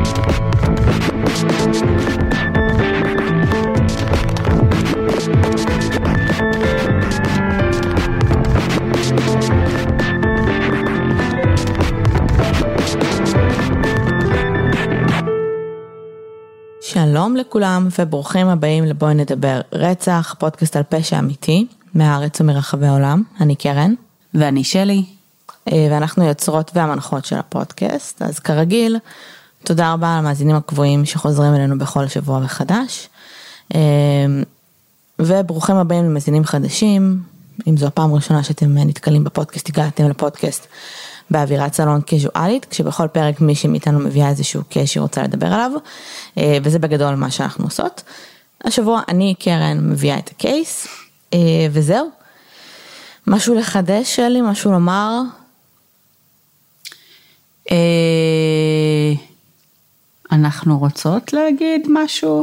שלום לכולם וברוכים הבאים לבואי נדבר רצח, פודקאסט על פשע אמיתי מהארץ ומרחבי העולם. אני קרן. ואני שלי. ואנחנו יוצרות והמנחות של הפודקאסט. אז כרגיל, תודה רבה על המאזינים הקבועים שחוזרים אלינו בכל שבוע מחדש. וברוכים הבאים למאזינים חדשים. אם זו הפעם הראשונה שאתם נתקלים בפודקאסט, הגעתם לפודקאסט באווירת סלון קזואלית, כשבכל פרק מישהי מאיתנו מביאה איזשהו קייס שהיא רוצה לדבר עליו, וזה בגדול מה שאנחנו עושות. השבוע אני, קרן, מביאה את הקייס, וזהו. משהו לחדש שלי, משהו לומר? אנחנו רוצות להגיד משהו?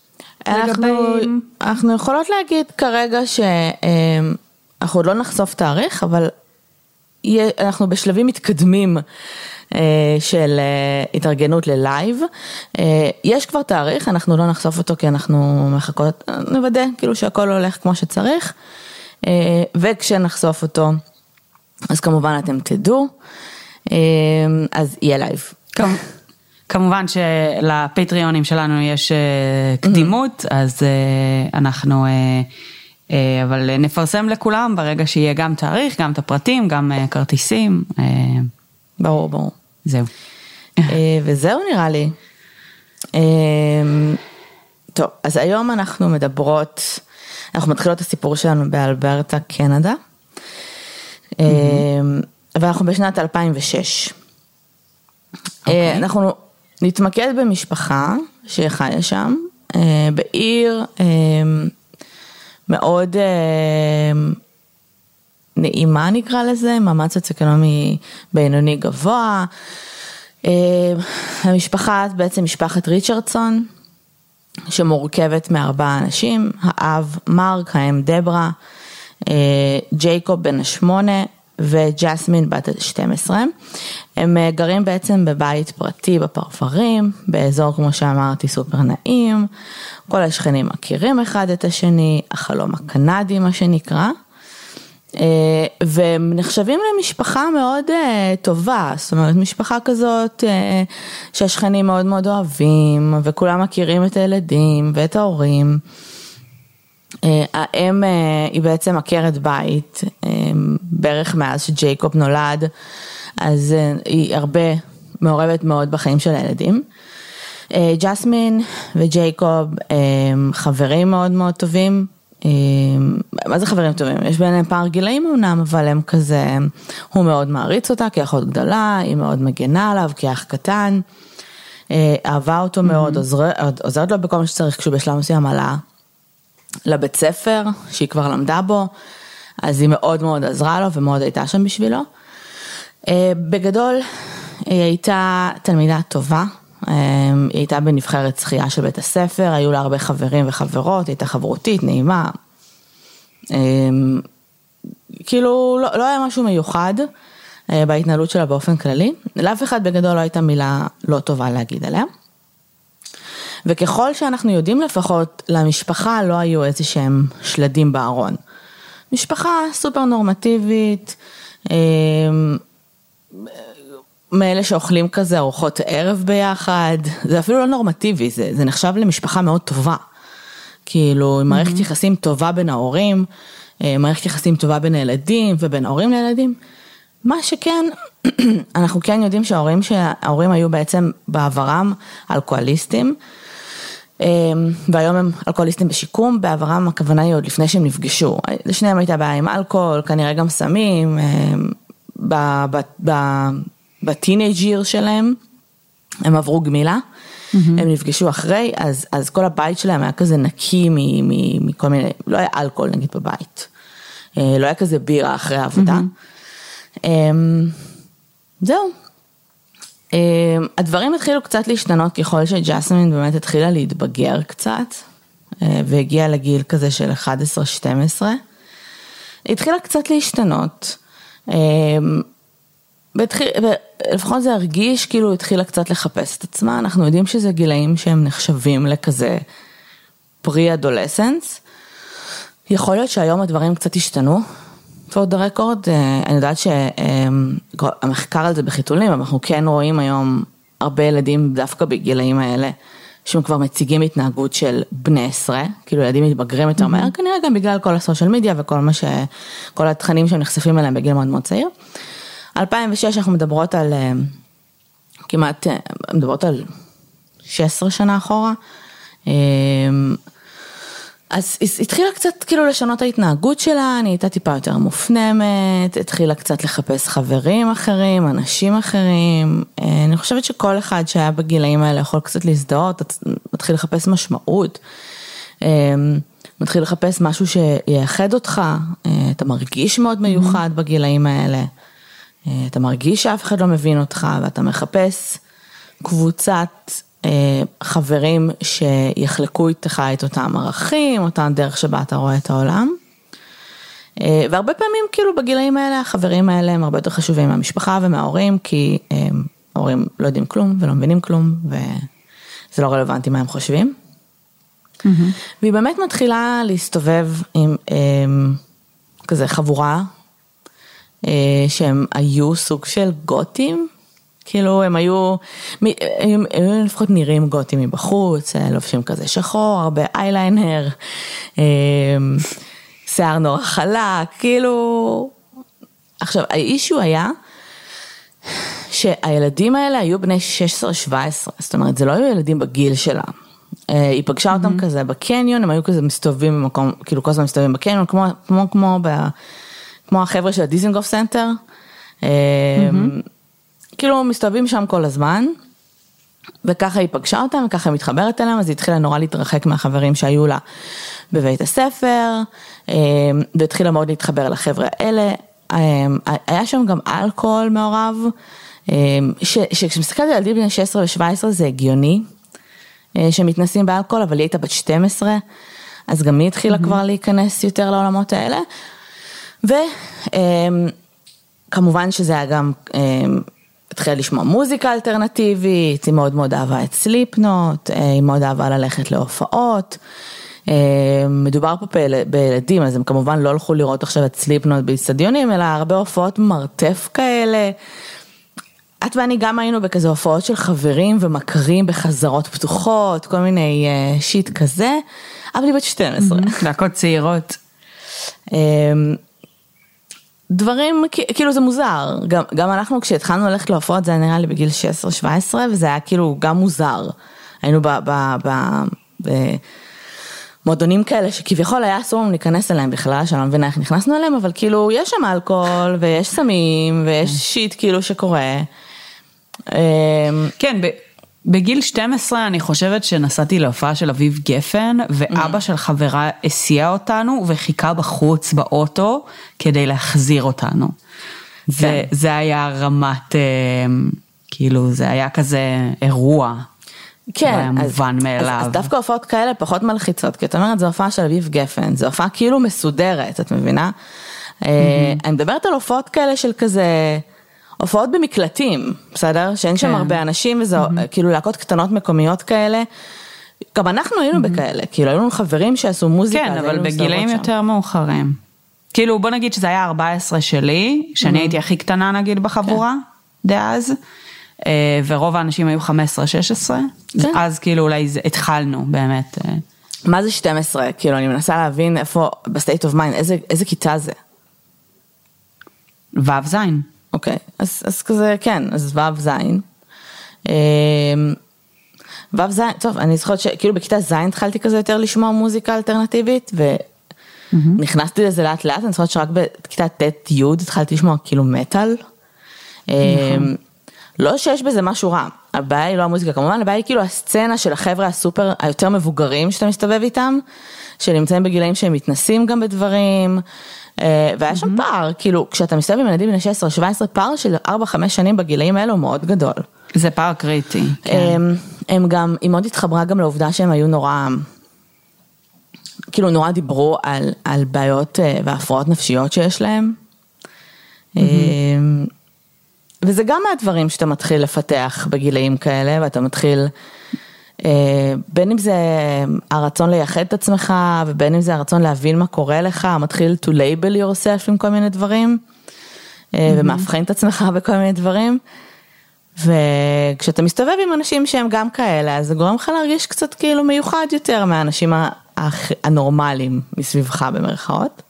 אנחנו יכולות להגיד כרגע שאנחנו עוד לא נחשוף תאריך, אבל אנחנו בשלבים מתקדמים של התארגנות ללייב. יש כבר תאריך, אנחנו לא נחשוף אותו כי אנחנו מחכות, נוודא כאילו שהכל הולך כמו שצריך, וכשנחשוף אותו אז כמובן אתם תדעו, אז יהיה לייב. כמובן שלפטריונים שלנו יש קדימות, אז אנחנו אבל נפרסם לכולם ברגע שיהיה גם תאריך, גם את הפרטים, גם כרטיסים. ברור, ברור. זהו. וזהו נראה לי. טוב, אז היום אנחנו מדברות, אנחנו מתחילות את הסיפור שלנו באלברטה, קנדה. ואנחנו בשנת 2006. אנחנו נתמקד במשפחה שחיה שם, בעיר מאוד נעימה נקרא לזה, מעמד סוציו-אקונומי בינוני גבוה. המשפחה בעצם משפחת ריצ'רדסון, שמורכבת מ4 אנשים, האב מרק, האם דברה, ג'ייקוב בן 8 וג'סמין בת 12. הם גרים בעצם בבית פרטי בפרברים, באזור כמו שאמרתי סופר נעים, כל השכנים מכירים אחד את השני, החלום הקנדי מה שנקרא, והם נחשבים למשפחה מאוד טובה, זאת אומרת משפחה כזאת שהשכנים מאוד מאוד אוהבים, וכולם מכירים את הילדים ואת ההורים. האם היא בעצם עקרת בית, בערך מאז שג'ייקוב נולד, אז היא הרבה מעורבת מאוד בחיים של הילדים. ג'סמין וג'ייקוב חברים מאוד מאוד טובים. מה זה חברים טובים? יש ביניהם פער גילאים אמנם, אבל הם כזה, הוא מאוד מעריץ אותה כאחות גדולה, היא מאוד מגנה עליו כאח קטן, אהבה אותו מאוד, עוזרת לו בכל מה שצריך, כשהוא בשלב מסוים עלה לבית ספר שהיא כבר למדה בו, אז היא מאוד מאוד עזרה לו ומאוד הייתה שם בשבילו. בגדול היא הייתה תלמידה טובה, היא הייתה בנבחרת שחייה של בית הספר, היו לה הרבה חברים וחברות, היא הייתה חברותית, נעימה, כאילו לא היה משהו מיוחד בהתנהלות שלה באופן כללי, לאף אחד בגדול לא הייתה מילה לא טובה להגיד עליה. וככל שאנחנו יודעים לפחות, למשפחה לא היו איזה שהם שלדים בארון. משפחה סופר נורמטיבית, מאלה שאוכלים כזה ארוחות ערב ביחד, זה אפילו לא נורמטיבי, זה נחשב למשפחה מאוד טובה. כאילו, מערכת יחסים טובה בין ההורים, מערכת יחסים טובה בין הילדים ובין ההורים לילדים. מה שכן, אנחנו כן יודעים שההורים היו בעצם בעברם אלכוהוליסטים, והיום הם אלכוהוליסטים בשיקום, בעברם הכוונה היא עוד לפני שהם נפגשו. לשניהם הייתה בעיה עם אלכוהול, כנראה גם סמים, בטינג'יר שלהם, הם עברו גמילה, הם נפגשו אחרי, אז כל הבית שלהם היה כזה נקי מכל מיני, לא היה אלכוהול נגיד בבית, לא היה כזה בירה אחרי העבודה. זהו. הדברים התחילו קצת להשתנות ככל שג'סמין באמת התחילה להתבגר קצת, והגיעה לגיל כזה של 11-12. התחילה קצת להשתנות. לפחות זה הרגיש כאילו התחילה קצת לחפש את עצמה, אנחנו יודעים שזה גילאים שהם נחשבים לכזה פרי-אדולסנס, יכול להיות שהיום הדברים קצת השתנו, for the record, אני יודעת שהמחקר על זה בחיתולים, אבל אנחנו כן רואים היום הרבה ילדים דווקא בגילאים האלה, שהם כבר מציגים התנהגות של בני 10, כאילו ילדים מתבגרים יותר מהר, כנראה גם בגלל כל הסושיאל מדיה וכל כל התכנים שהם נחשפים אליהם בגיל מאוד מאוד צעיר. 2006 אנחנו מדברות על, כמעט, מדברות על 16 שנה אחורה, אז התחילה קצת כאילו לשנות ההתנהגות שלה, נהייתה טיפה יותר מופנמת, התחילה קצת לחפש חברים אחרים, אנשים אחרים, אני חושבת שכל אחד שהיה בגילאים האלה יכול קצת להזדהות, מתחיל לחפש משמעות, מתחיל לחפש משהו שיאחד אותך, אתה מרגיש מאוד מיוחד בגילאים האלה, אתה מרגיש שאף אחד לא מבין אותך, ואתה מחפש קבוצת חברים שיחלקו איתך את אותם ערכים, אותם דרך שבה אתה רואה את העולם. והרבה פעמים כאילו בגילאים האלה, החברים האלה הם הרבה יותר חשובים מהמשפחה ומההורים, כי ההורים לא יודעים כלום ולא מבינים כלום, וזה לא רלוונטי מה הם חושבים. והיא באמת מתחילה להסתובב עם כזה חבורה, שהם היו סוג של גותים, כאילו הם היו לפחות נראים גותים מבחוץ, לובשים כזה שחור, הרבה אייליינר, שיער נורא חלק, כאילו, עכשיו האישו היה, שהילדים האלה היו בני 16-17, זאת אומרת זה לא היו ילדים בגיל שלה, היא פגשה אותם כזה בקניון, הם היו כזה מסתובבים במקום, כאילו כל הזמן מסתובבים בקניון, כמו החבר'ה של הדיזנגוף סנטר, כאילו מסתובבים שם כל הזמן, וככה היא פגשה אותם, וככה היא מתחברת אליהם, אז היא התחילה נורא להתרחק מהחברים שהיו לה בבית הספר, והתחילה מאוד להתחבר לחבר'ה האלה, היה שם גם אלכוהול מעורב, שכשמסתכלת על ילדים בני 16 ו-17 זה הגיוני, שמתנסים באלכוהול, אבל היא הייתה בת 12, אז גם היא התחילה כבר להיכנס יותר לעולמות האלה, וכמובן שזה היה גם, התחילה לשמוע מוזיקה אלטרנטיבית, היא מאוד מאוד אהבה את סליפנוט, היא מאוד אהבה ללכת להופעות, מדובר פה בילדים, אז הם כמובן לא הלכו לראות עכשיו את סליפנוט באצטדיונים, אלא הרבה הופעות מרתף כאלה, את ואני גם היינו בכזה הופעות של חברים ומכרים בחזרות פתוחות, כל מיני שיט כזה, אבל היא בת 12. להקות צעירות. דברים, כאילו זה מוזר, גם אנחנו כשהתחלנו ללכת להופעות, זה היה נראה לי בגיל 16-17, וזה היה כאילו גם מוזר, היינו במועדונים כאלה, שכביכול היה אסור לנו להיכנס אליהם בכלל, שאני לא מבינה איך נכנסנו אליהם, אבל כאילו יש שם אלכוהול, ויש סמים, ויש שיט כאילו שקורה. כן, בגיל 12 אני חושבת שנסעתי להופעה של אביב גפן, ואבא של חברה הסיע אותנו, וחיכה בחוץ באוטו, כדי להחזיר אותנו. זה היה רמת, כאילו זה היה כזה אירוע. כן. היה מובן מאליו. אז דווקא הופעות כאלה פחות מלחיצות, כי את אומרת, זו הופעה של אביב גפן, זו הופעה כאילו מסודרת, את מבינה? אני מדברת על הופעות כאלה של כזה, הופעות במקלטים, בסדר? שאין שם הרבה אנשים, וזה כאילו להקות קטנות מקומיות כאלה. גם אנחנו היינו בכאלה, כאילו היינו חברים שעשו מוזיקה. כן, אבל בגילאים יותר מאוחרים. כאילו בוא נגיד שזה היה 14 שלי, שאני הייתי הכי קטנה נגיד בחבורה, דאז, ורוב האנשים היו 15-16, אז כאילו אולי התחלנו באמת. מה זה 12? כאילו אני מנסה להבין איפה, בסטייט אוף מיינד, איזה כיתה זה? ו' זין. אוקיי, אז כזה, כן, אז ו' זין. ו' זין, טוב, אני זוכרת שכאילו בכיתה זין התחלתי כזה יותר לשמוע מוזיקה אלטרנטיבית, ונכנסתי לזה לאט לאט, אני זוכרת שרק בכיתה ט' י' התחלתי לשמוע כאילו מטל. לא שיש בזה משהו רע, הבעיה היא לא המוזיקה, כמובן, הבעיה היא כאילו הסצנה של החבר'ה הסופר, היותר מבוגרים שאתה מסתובב איתם, שנמצאים בגילאים שהם מתנסים גם בדברים, והיה שם פער, כאילו, כשאתה מסתובב עם ילדים בני 16-17, פער של 4-5 שנים בגילאים האלו הוא מאוד גדול. זה פער קריטי. הם גם, היא מאוד התחברה גם לעובדה שהם היו נורא, כאילו נורא דיברו על בעיות והפרעות נפשיות שיש להם. וזה גם מהדברים שאתה מתחיל לפתח בגילאים כאלה, ואתה מתחיל, בין אם זה הרצון לייחד את עצמך, ובין אם זה הרצון להבין מה קורה לך, מתחיל to label yourself עם כל מיני דברים, ומאבחן את עצמך בכל מיני דברים, וכשאתה מסתובב עם אנשים שהם גם כאלה, אז זה גורם לך להרגיש קצת כאילו מיוחד יותר מהאנשים הנורמליים מסביבך במרכאות.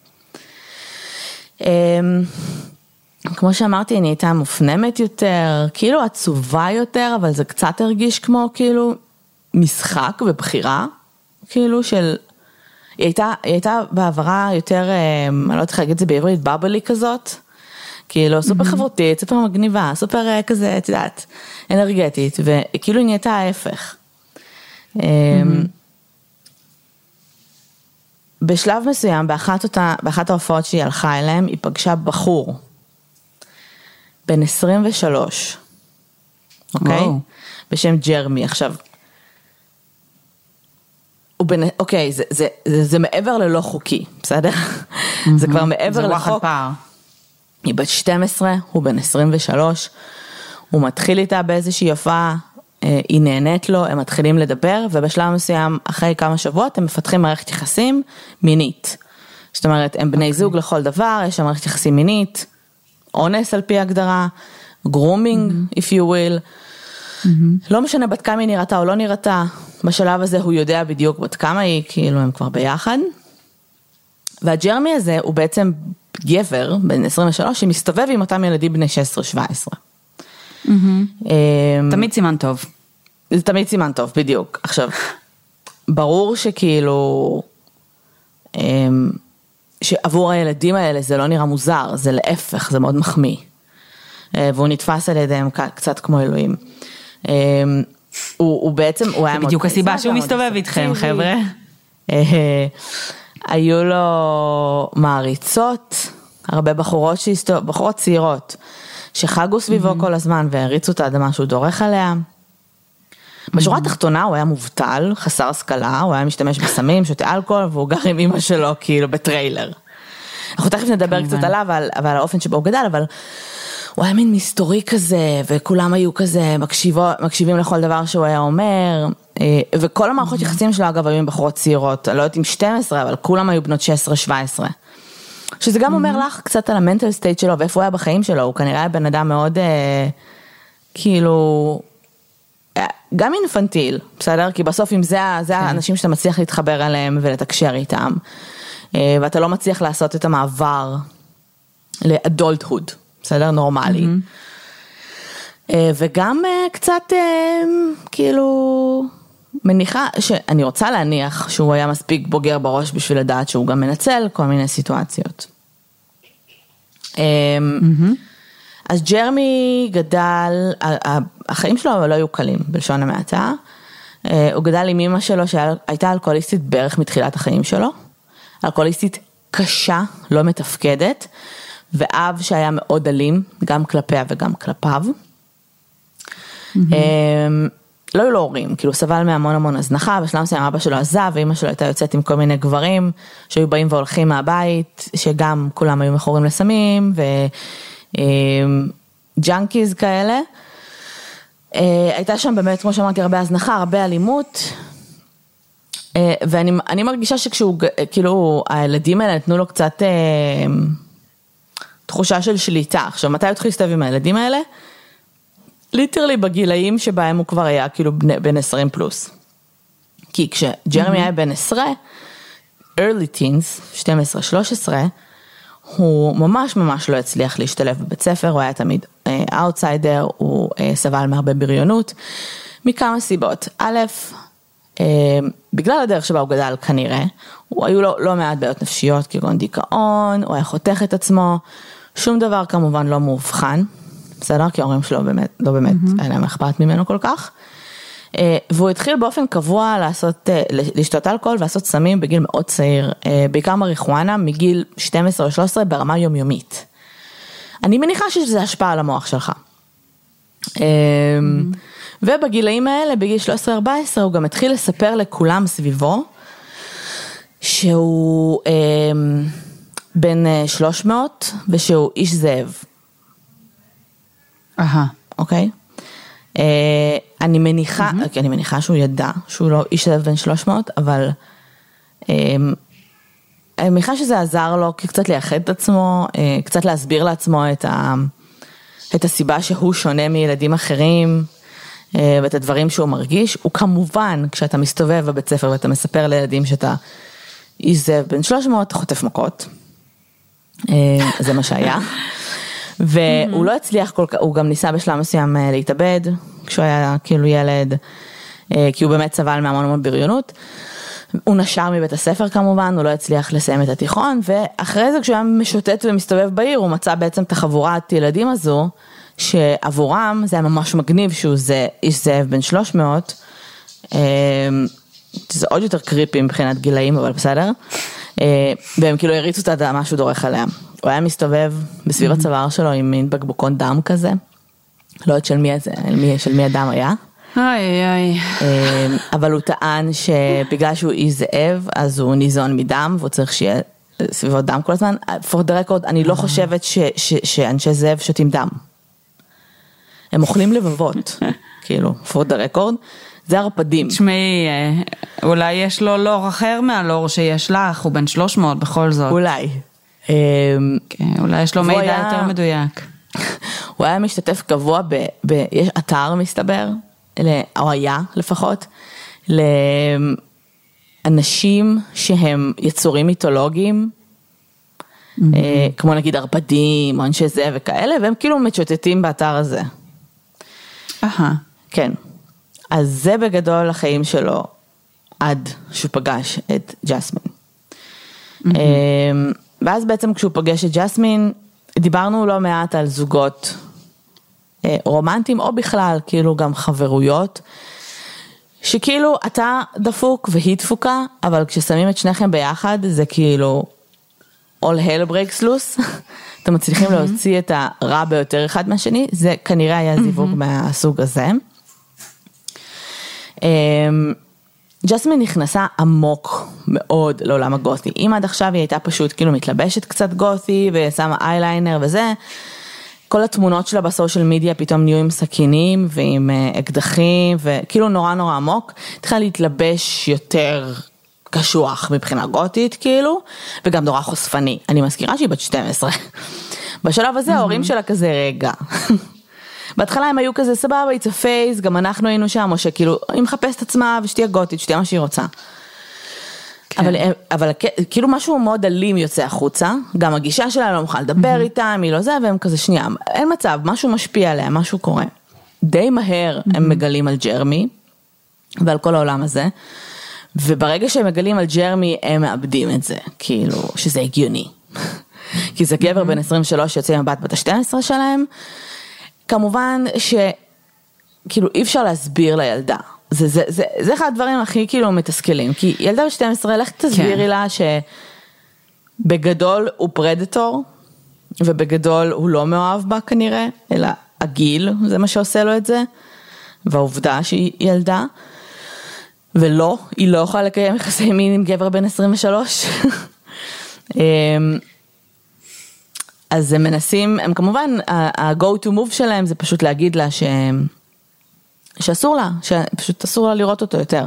כמו שאמרתי, אני הייתה מופנמת יותר, כאילו עצובה יותר, אבל זה קצת הרגיש כמו כאילו משחק ובחירה, כאילו של, היא הייתה בעברה יותר, אני לא יודעת איך להגיד את זה בעברית, בבלי כזאת, כאילו סופר חברותית, סופר מגניבה, סופר כזה, את יודעת, אנרגטית, וכאילו נהייתה ההפך. בשלב מסוים, באחת ההופעות שהיא הלכה אליהם, היא פגשה בחור, בן 23, אוקיי? בשם ג'רמי. עכשיו, אוקיי, זה מעבר ללא חוקי, בסדר? זה כבר מעבר לחוק. היא בת 12, הוא בן 23, הוא מתחיל איתה באיזושהי הופעה, היא נהנית לו, הם מתחילים לדבר, ובשלב מסוים, אחרי כמה שבועות, הם מפתחים מערכת יחסים מינית. זאת אומרת, הם בני זוג לכל דבר, יש שם מערכת יחסים מינית, אונס על פי הגדרה, גרומינג, if you will, לא משנה בת כמה היא נראתה או לא נראתה, בשלב הזה הוא יודע בדיוק בת כמה היא, כאילו הם כבר ביחד, והג'רמי הזה הוא בעצם גבר, בן 23, שמסתובב עם אותם ילדים בני 16-17. תמיד סימן טוב. זה תמיד סימן טוב, בדיוק. עכשיו, ברור שכאילו, שעבור הילדים האלה זה לא נראה מוזר, זה להפך, זה מאוד מחמיא. והוא נתפס על ידיהם קצת כמו אלוהים. הוא בעצם, הוא היה... זה בדיוק הסיבה שהוא מסתובב איתכם, חבר'ה. היו לו מעריצות, הרבה בחורות צעירות, שחגו סביבו כל הזמן, והריצו את האדמה שהוא דורך עליה. בשורה התחתונה הוא היה מובטל, חסר השכלה, הוא היה משתמש בסמים, שותה אלכוהול, והוא גר עם אמא שלו כאילו בטריילר. אנחנו תכף נדבר קצת עליו, ועל האופן שבו הוא גדל, אבל הוא היה מין מסתורי כזה, וכולם היו כזה מקשיבים לכל דבר שהוא היה אומר, וכל המערכות יחסים שלו אגב היו עם בחורות צעירות, לא יודעת עם 12, אבל כולם היו בנות 16-17. שזה גם אומר לך קצת על המנטל סטייט שלו, ואיפה הוא היה בחיים שלו, הוא כנראה היה בן אדם מאוד, כאילו, גם אינפנטיל, בסדר? כי בסוף אם זה האנשים שאתה מצליח להתחבר אליהם ולתקשר איתם, ואתה לא מצליח לעשות את המעבר לאדולטהוד, בסדר? נורמלי. וגם קצת, כאילו, מניחה, שאני רוצה להניח שהוא היה מספיק בוגר בראש בשביל לדעת שהוא גם מנצל כל מיני סיטואציות. אז ג'רמי גדל, החיים שלו לא היו קלים בלשון המעטה, הוא גדל עם אמא שלו שהייתה אלכוהוליסטית בערך מתחילת החיים שלו, אלכוהוליסטית קשה, לא מתפקדת, ואב שהיה מאוד אלים, גם כלפיה וגם כלפיו. לא היו לו הורים, כאילו סבל מהמון הזנחה, בשלב מסוים אבא שלו עזב, ואמא שלו הייתה יוצאת עם כל מיני גברים, שהיו באים והולכים מהבית, שגם כולם היו מכורים לסמים, וג'אנקיז כאלה. הייתה שם באמת, כמו שאמרתי, הרבה הזנחה, הרבה אלימות, ואני מרגישה שכשהוא, כאילו, הילדים האלה נתנו לו קצת תחושה של שליטה. עכשיו, מתי הוא התחיל להסתובב עם הילדים האלה? ליטרלי בגילאים שבהם הוא כבר היה כאילו בן 20 פלוס. כי כשג'רמי היה בן 10, early teens, 12-13, הוא ממש לא הצליח להשתלב בבית ספר, הוא היה תמיד אאוטסיידר, הוא סבל מהרבה בריונות, מכמה סיבות. א', בגלל הדרך שבה הוא גדל כנראה, היו לו לא מעט בעיות נפשיות, כגון דיכאון, הוא היה חותך את עצמו, שום דבר כמובן לא מאובחן, בסדר? כי ההורים שלו לא באמת, אין להם אכפת ממנו כל כך. והוא התחיל באופן קבוע לשתות אלכוהול ולעשות סמים בגיל מאוד צעיר, בעיקר מריחואנה, מגיל 12 או 13 ברמה יומיומית. אני מניחה שזה השפעה על המוח שלך. ובגילאים האלה, בגיל 13-14, הוא גם התחיל לספר לכולם סביבו, שהוא בן 300 ושהוא איש זאב. אוקיי? אני מניחה שהוא ידע שהוא לא איש זאב בן 300, אבל אני מניחה שזה עזר לו קצת לייחד את עצמו, קצת להסביר לעצמו את הסיבה שהוא שונה מילדים אחרים, ואת הדברים שהוא מרגיש. הוא כמובן, כשאתה מסתובב בבית ספר ואתה מספר לילדים שאתה איש זאב בן 300, אתה חוטף מכות. זה מה שהיה. והוא לא הצליח כל כך, הוא גם ניסה בשלב מסוים להתאבד, כשהוא היה כאילו ילד, כי הוא באמת סבל מהמון בריונות. הוא נשר מבית הספר כמובן, הוא לא הצליח לסיים את התיכון, ואחרי זה כשהוא היה משוטט ומסתובב בעיר, הוא מצא בעצם את החבורת ילדים הזו, שעבורם זה היה ממש מגניב שהוא איש זאב בן 300, זה עוד יותר קריפי מבחינת גילאים, אבל בסדר, והם כאילו הריצו את האדמה שהוא דורך עליה. הוא היה מסתובב בסביב הצוואר שלו עם מין בקבוקון דם כזה, לא יודעת של מי הדם היה. אבל הוא טען שבגלל שהוא איש זאב, אז הוא ניזון מדם, והוא צריך שיהיה סביבו דם כל הזמן. For the record, אני לא חושבת שאנשי זאב שותים דם. הם אוכלים לבבות, כאילו, for the record, זה הרפדים. תשמעי, אולי יש לו לור אחר מהלור שיש לך, הוא בן 300 בכל זאת. אולי. אולי יש לו מידע יותר מדויק. הוא היה משתתף קבוע יש אתר מסתבר, או היה לפחות, לאנשים שהם יצורים מיתולוגיים, כמו נגיד הרפדים, או אנשי זה וכאלה, והם כאילו מתשוטטים באתר הזה. כן. אז זה בגדול החיים שלו, עד שהוא פגש את ג'סמין. ואז בעצם כשהוא פגש את ג'סמין, דיברנו לא מעט על זוגות רומנטיים, או בכלל, כאילו גם חברויות, שכאילו אתה דפוק והיא דפוקה, אבל כששמים את שניכם ביחד, זה כאילו all hell breaks loose, אתם מצליחים להוציא את הרע ביותר אחד מהשני, זה כנראה היה זיווג מהסוג הזה. ג'סמין נכנסה עמוק מאוד לעולם הגותי. אם עד עכשיו היא הייתה פשוט כאילו מתלבשת קצת גותי ושמה אייליינר וזה, כל התמונות שלה בסושיאל מדיה פתאום נהיו עם סכינים ועם אקדחים וכאילו נורא נורא עמוק, התחילה להתלבש יותר קשוח מבחינה גותית כאילו, וגם נורא חושפני. אני מזכירה שהיא בת 12. בשלב הזה ההורים שלה כזה רגע. בהתחלה הם היו כזה סבבה, it's a phase, גם אנחנו היינו שם, או שכאילו, היא מחפשת עצמה ושתהיה גותית, שתהיה מה שהיא רוצה. אבל כאילו משהו מאוד אלים יוצא החוצה, גם הגישה שלה לא מוכן לדבר איתם, היא לא זה, והם כזה שנייה, אין מצב, משהו משפיע עליה, משהו קורה. די מהר הם מגלים על ג'רמי, ועל כל העולם הזה, וברגע שהם מגלים על ג'רמי, הם מאבדים את זה, כאילו, שזה הגיוני. כי זה גבר בן 23 שיוצא עם הבת ה-12 שלהם, כמובן שכאילו אי אפשר להסביר לילדה, זה אחד הדברים הכי כאילו מתסכלים, כי ילדה ב-12, לך תסבירי לה שבגדול הוא פרדטור, ובגדול הוא לא מאוהב בה כנראה, אלא הגיל, זה מה שעושה לו את זה, והעובדה שהיא ילדה, ולא, היא לא יכולה לקיים יחסי מין עם גבר בן 23. אז הם מנסים, הם כמובן, ה-go to move שלהם זה פשוט להגיד לה שאסור לה, שפשוט אסור לה לראות אותו יותר.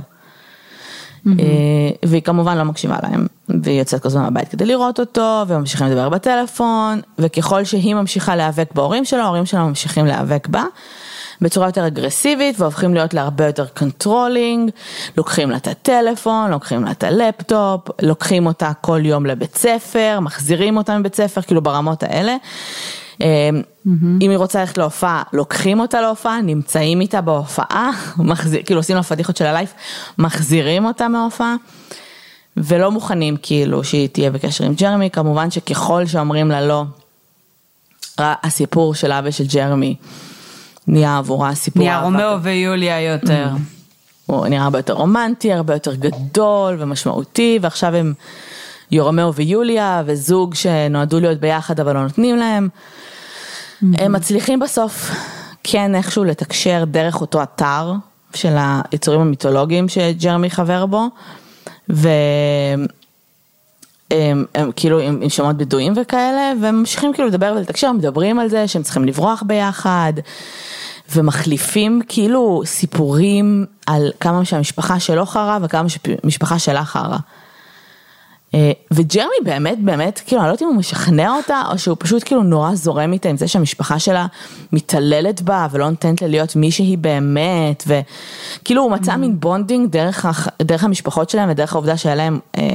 והיא כמובן לא מקשיבה להם, והיא יוצאת כל הזמן מהבית כדי לראות אותו, וממשיכים לדבר בטלפון, וככל שהיא ממשיכה להיאבק בהורים שלה, ההורים שלה ממשיכים להיאבק בה, בצורה יותר אגרסיבית, והופכים להיות להרבה יותר קונטרולינג, לוקחים לה את הטלפון, לוקחים לה את הלפטופ, לוקחים אותה כל יום לבית ספר, מחזירים אותה מבית ספר, כאילו ברמות האלה. אם היא רוצה ללכת להופעה, לוקחים אותה להופעה, נמצאים איתה בהופעה, כאילו עושים לה פדיחות של הלייף, מחזירים אותה מההופעה, ולא מוכנים כאילו שהיא תהיה בקשר עם ג'רמי, כמובן שככל שאומרים לה לא, הסיפור של אבא של ג'רמי, נהיה עבורה סיפור נהיה רומאו ויוליה יותר. הוא נראה הרבה יותר רומנטי, הרבה יותר גדול ומשמעותי, ועכשיו הם רומאו ויוליה, וזוג שנועדו להיות ביחד אבל לא נותנים להם. הם מצליחים בסוף כן איכשהו לתקשר דרך אותו אתר של היצורים המיתולוגיים שג'רמי חבר בו, הם כאילו עם שמות בדויים וכאלה, והם ממשיכים כאילו לדבר ולתקשר, מדברים על זה שהם צריכים לברוח ביחד, ומחליפים כאילו סיפורים על כמה שהמשפחה שלו חרה, וכמה שהמשפחה שלה חרה. וג'רמי באמת, כאילו, אני לא יודעת אם הוא משכנע אותה, או שהוא פשוט כאילו נורא זורם איתה, עם זה שהמשפחה שלה מתעללת בה, ולא נותנת לה להיות מי שהיא באמת, וכאילו הוא מצא מין בונדינג דרך המשפחות שלהם, ודרך העובדה שהיה להם,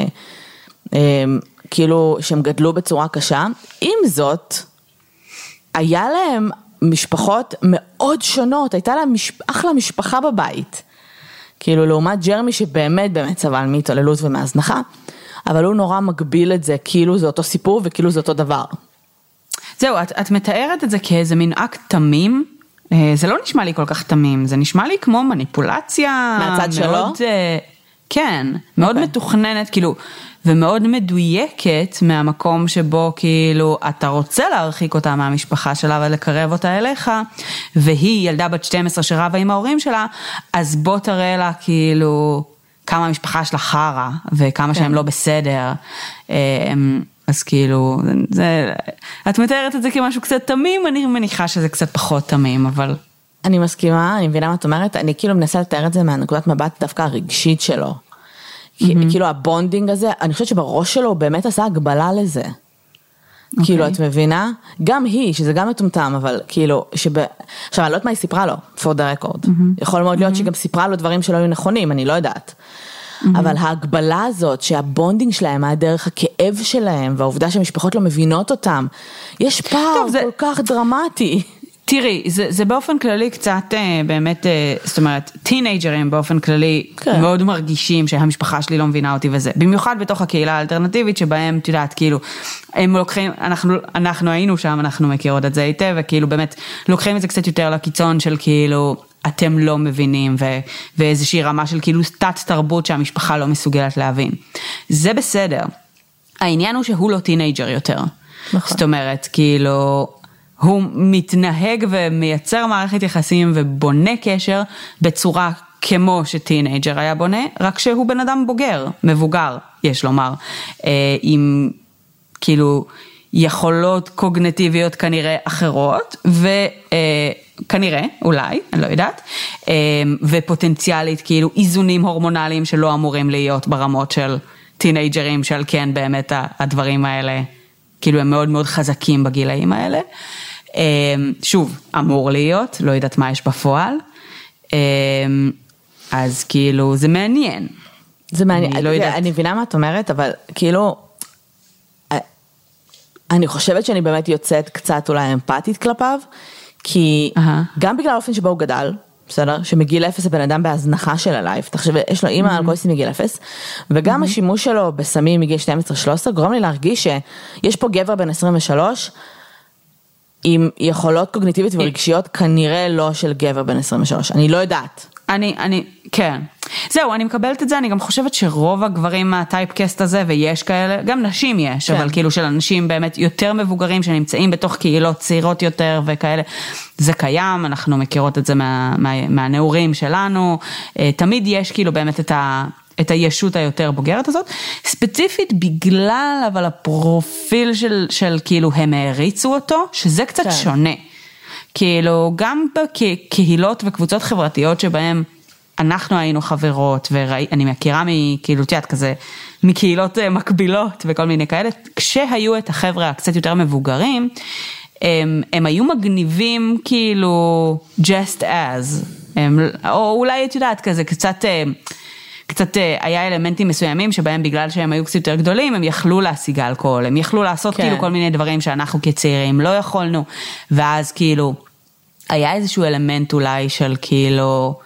כאילו, שהם גדלו בצורה קשה. עם זאת, היה להם משפחות מאוד שונות, הייתה להם אחלה משפחה בבית, כאילו, לעומת ג'רמי שבאמת סבל מהתעללות ומהזנחה, אבל הוא נורא מגביל את זה, כאילו זה אותו סיפור וכאילו זה אותו דבר. זהו, את מתארת את זה כאיזה מין אקט תמים, זה לא נשמע לי כל כך תמים, זה נשמע לי כמו מניפולציה. מהצד שלו? כן, מאוד מתוכננת, כאילו, ומאוד מדויקת מהמקום שבו, כאילו, אתה רוצה להרחיק אותה מהמשפחה שלה ולקרב אותה אליך, והיא ילדה בת 12 שרבה עם ההורים שלה, אז בוא תראה לה, כאילו, כמה המשפחה שלה חרה, וכמה שהם לא בסדר, אז כאילו, את מתארת את זה כמשהו קצת תמים, אני מניחה שזה קצת פחות תמים, אבל... אני מסכימה, אני מבינה מה את אומרת, אני כאילו מנסה לתאר את זה מהנקודת מבט דווקא הרגשית שלו, כאילו הבונדינג הזה, אני חושבת שבראש שלו הוא באמת עשה הגבלה לזה, כאילו את מבינה, גם היא, שזה גם מטומטם, אבל כאילו, עכשיו אני לא יודעת מה היא סיפרה לו, for the record, יכול מאוד להיות שהיא גם סיפרה לו דברים שלא היו נכונים, אני לא יודעת, אבל ההגבלה הזאת, שהבונדינג שלהם היה דרך הכאב שלהם, והעובדה שהמשפחות לא מבינות אותם, יש פער כל כך דרמטי. תראי, זה באופן כללי קצת באמת, זאת אומרת, טינאג'רים באופן כללי מאוד מרגישים שהמשפחה שלי לא מבינה אותי וזה. במיוחד בתוך הקהילה האלטרנטיבית שבהם, את יודעת, כאילו, הם לוקחים, אנחנו היינו שם, אנחנו מכירות את זה היטב, וכאילו באמת לוקחים את זה קצת יותר לקיצון של כאילו, אתם לא מבינים, ואיזושהי רמה של כאילו תת תרבות שהמשפחה לא מסוגלת להבין. זה בסדר. העניין הוא שהוא לא טינאג'ר יותר. זאת אומרת, כאילו... הוא מתנהג ומייצר מערכת יחסים ובונה קשר בצורה כמו שטינאג'ר היה בונה, רק שהוא בן אדם בוגר, מבוגר, יש לומר, עם כאילו יכולות קוגניטיביות כנראה אחרות, וכנראה, אולי, אני לא יודעת, ופוטנציאלית כאילו איזונים הורמונליים שלא אמורים להיות ברמות של טינאג'רים, של כן באמת הדברים האלה, כאילו הם מאוד מאוד חזקים בגילאים האלה. שוב, אמור להיות, לא יודעת מה יש בפועל. אז כאילו, זה מעניין. זה מעניין, אני מבינה מה את אומרת, אבל כאילו, אני חושבת שאני באמת יוצאת קצת אולי אמפתית כלפיו, כי גם בגלל האופן שבו הוא גדל, בסדר? שמגיל אפס הבן אדם בהזנחה של הלייף, תחשב, יש לו אימא אלכוהוליסטית מגיל אפס, וגם השימוש שלו בסמים מגיל 12-13, גורם לי להרגיש שיש פה גבר בן 23, עם יכולות קוגניטיביות ורגשיות, כנראה לא של גבר בן 23, אני לא יודעת. כן. זהו, אני מקבלת את זה, אני גם חושבת שרוב הגברים מהטייפקסט הזה, ויש כאלה, גם נשים יש, אבל כאילו של אנשים באמת יותר מבוגרים, שנמצאים בתוך קהילות צעירות יותר וכאלה, זה קיים, אנחנו מכירות את זה מהנעורים שלנו, תמיד יש כאילו באמת את הישות היותר בוגרת הזאת, ספציפית בגלל, אבל הפרופיל של כאילו הם העריצו אותו, שזה קצת שונה. כאילו, גם בקהילות וקבוצות חברתיות שבהם אנחנו היינו חברות, ואני מכירה מכאילו, תיאת כזה, מקהילות מקבילות וכל מיני כאלה, כשהיו את החבר'ה קצת יותר מבוגרים, הם היו מגניבים כאילו, just as, או אולי את יודעת כזה, קצת היה אלמנטים מסוימים שבהם בגלל שהם היו קצת יותר גדולים, הם יכלו להשיג אלכוהול, הם יכלו לעשות כאילו כל מיני דברים שאנחנו כצעירים לא יכולנו, ואז כאילו, היה איזשהו אלמנט אולי של כאילו,